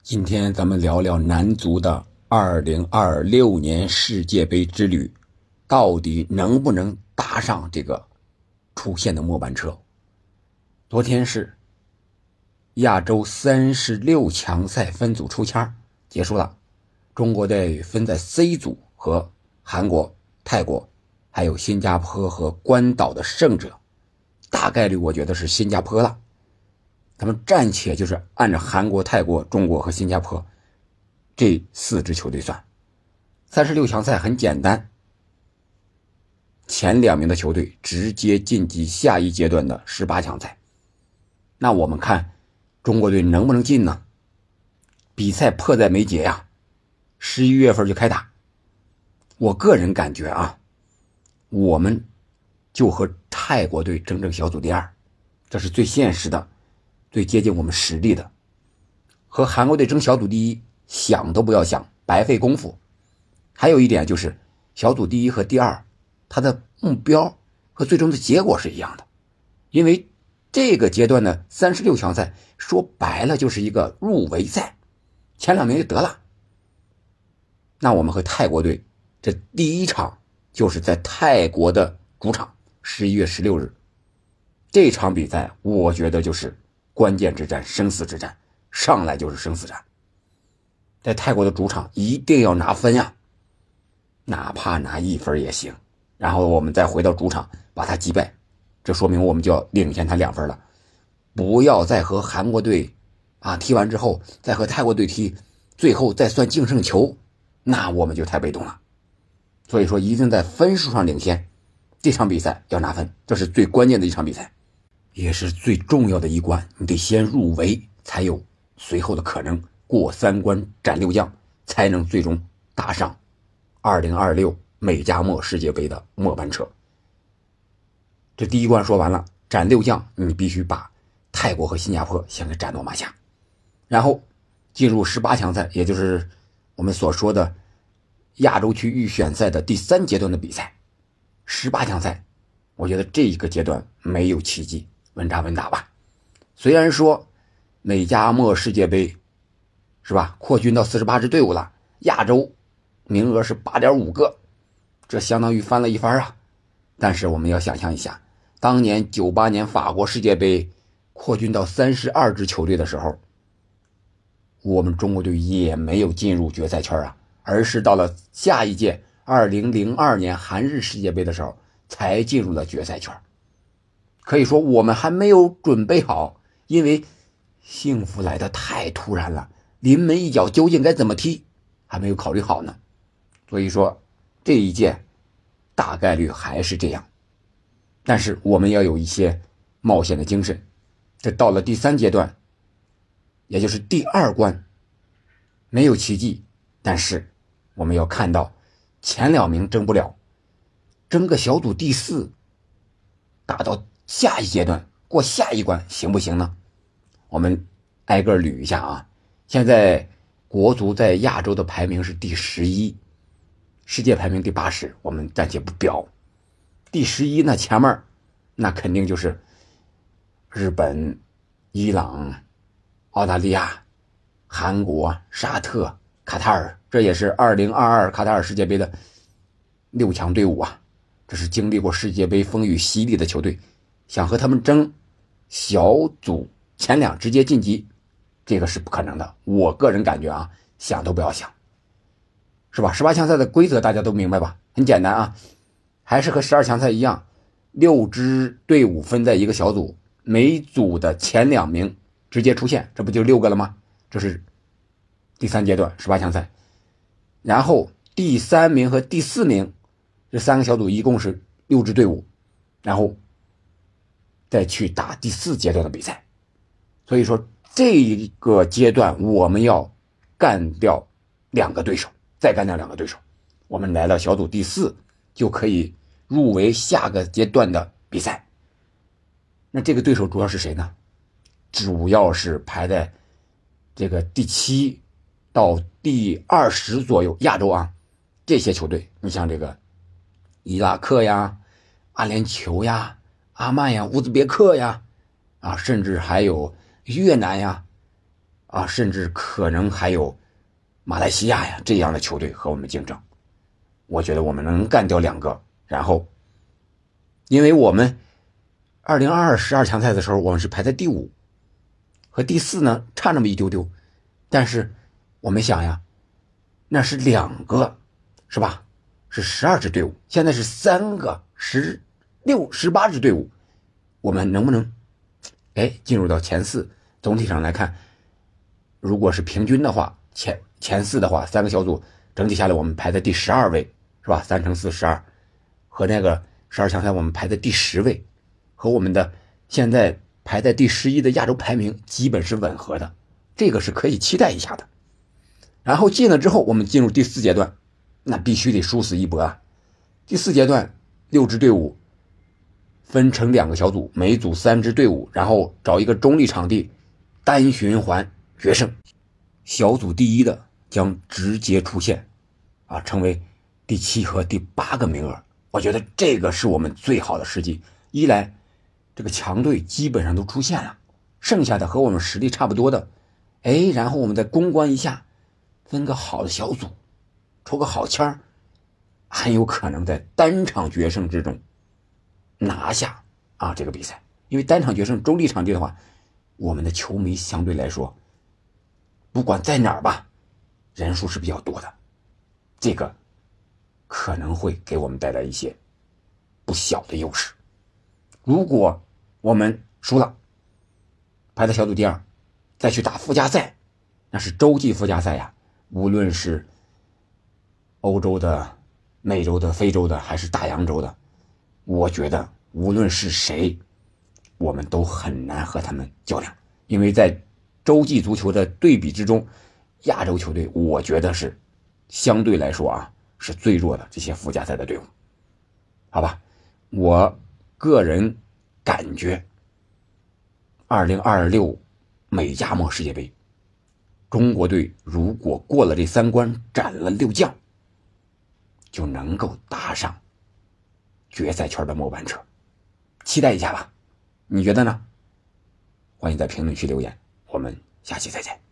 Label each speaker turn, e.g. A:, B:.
A: 今天咱们聊聊男足的2026年世界杯之旅，到底能不能搭上这个出现的末班车？昨天是亚洲36强赛分组抽签结束了，中国队分在 C 组和韩国、泰国还有新加坡和关岛的胜者，大概率我觉得是新加坡了。咱们暂且就是按照韩国、泰国、中国和新加坡这4支球队算。36强赛很简单，前2名的球队直接晋级下一阶段的18强赛。那我们看中国队能不能进呢？比赛迫在眉睫呀，11月份就开打。我个人感觉我们就和泰国队争小组第2，这是最现实的，最接近我们实力的。和韩国队争小组第1，想都不要想，白费功夫。还有一点就是小组第1和第2，它的目标和最终的结果是一样的。因为这个阶段的36强赛说白了就是一个入围赛，前2名就得了。那我们和泰国队这第1场就是在泰国的主场11月16日，这场比赛我觉得就是关键之战，生死之战，上来就是生死战。在泰国的主场一定要拿分呀，哪怕拿1分也行，然后我们再回到主场把他击败，这说明我们就要领先他2分了。不要再和韩国队踢完之后再和泰国队踢，最后再算净胜球，那我们就太被动了。所以说一定在分数上领先，这场比赛要拿分，这是最关键的一场比赛，也是最重要的一关，你得先入围，才有随后的可能过3关斩6将，才能最终搭上2026美加墨世界杯的末班车。这第1关说完了，斩6将你必须把泰国和新加坡先给斩落马下，然后进入18强赛，也就是我们所说的亚洲区预选赛的第3阶段的比赛。18强赛我觉得这一个阶段没有奇迹，稳扎稳打吧。虽然说美加墨世界杯是吧，扩军到48支队伍了，亚洲名额是 8.5 个，这相当于翻了一番啊。但是我们要想象一下，当年98年法国世界杯扩军到32支球队的时候，我们中国队也没有进入决赛圈而是到了下一届2002年韩日世界杯的时候才进入了决赛圈。可以说我们还没有准备好，因为幸福来得太突然了，临门一脚究竟该怎么踢还没有考虑好呢。所以说这一届大概率还是这样，但是我们要有一些冒险的精神。这到了第3阶段，也就是第2关，没有奇迹，但是我们要看到前2名争不了，争个小组第4，打到下一阶段，过下一关行不行呢？我们挨个捋一下现在国足在亚洲的排名是第11，世界排名第80，我们暂且不表。第11那前面那肯定就是日本、伊朗、澳大利亚、韩国、沙特、卡塔尔，这也是2022卡塔尔世界杯的6强队伍这是经历过世界杯风雨洗礼的球队，想和他们争小组前2直接晋级，这个是不可能的。我个人感觉想都不要想，是吧？18强赛的规则大家都明白吧？很简单还是和12强赛一样，6支队伍分在一个小组，每组的前2名直接出现，这不就6个了吗？这是第3阶段18强赛。然后第3名和第4名这3个小组一共是6支队伍，然后再去打第4阶段的比赛。所以说这个阶段我们要干掉2个对手，再干掉2个对手，我们来到小组第4就可以入围下个阶段的比赛。那这个对手主要是谁呢？主要是排在这个第7到第20左右亚洲这些球队，你像这个伊拉克呀、阿联酋呀、阿曼呀、乌兹别克呀甚至还有越南呀啊，甚至可能还有马来西亚呀这样的球队和我们竞争。我觉得我们能干掉2个，然后因为我们2022 12强赛的时候我们是排在第5，和第4呢差那么一丢丢，但是我们想呀，那是2个是吧，是12支队伍，现在是3个16、18支队伍，我们能不能进入到前4？总体上来看，如果是平均的话，前4的话，3个小组整体下来我们排在第12位，是吧？3乘4 12，和那个12强赛我们排在第10位，和我们的现在排在第11的亚洲排名基本是吻合的，这个是可以期待一下的。然后进了之后，我们进入第4阶段，那必须得殊死一搏啊！第4阶段6支队伍分成2个小组，每组3支队伍，然后找一个中立场地，单循环决胜。小组第1的将直接出线，成为第7和第8个名额。我觉得这个是我们最好的时机。一来，这个强队基本上都出现了，剩下的和我们实力差不多的，然后我们再攻关一下，分个好的小组，抽个好签儿，很有可能在单场决胜之中拿下这个比赛。因为单场决胜中立场地的话，我们的球迷相对来说不管在哪儿吧，人数是比较多的，这个可能会给我们带来一些不小的优势。如果我们输了，排在小组第2，再去打附加赛，那是洲际附加赛呀，无论是欧洲的、美洲的、非洲的还是大洋洲的，我觉得无论是谁，我们都很难和他们较量。因为在洲际足球的对比之中，亚洲球队我觉得是相对来说是最弱的这些附加赛的队伍。好吧，我个人感觉2026美加墨世界杯，中国队如果过了这3关，斩了6将，就能够搭上决赛圈的末班车，期待一下吧。你觉得呢？欢迎在评论区留言，我们下期再见。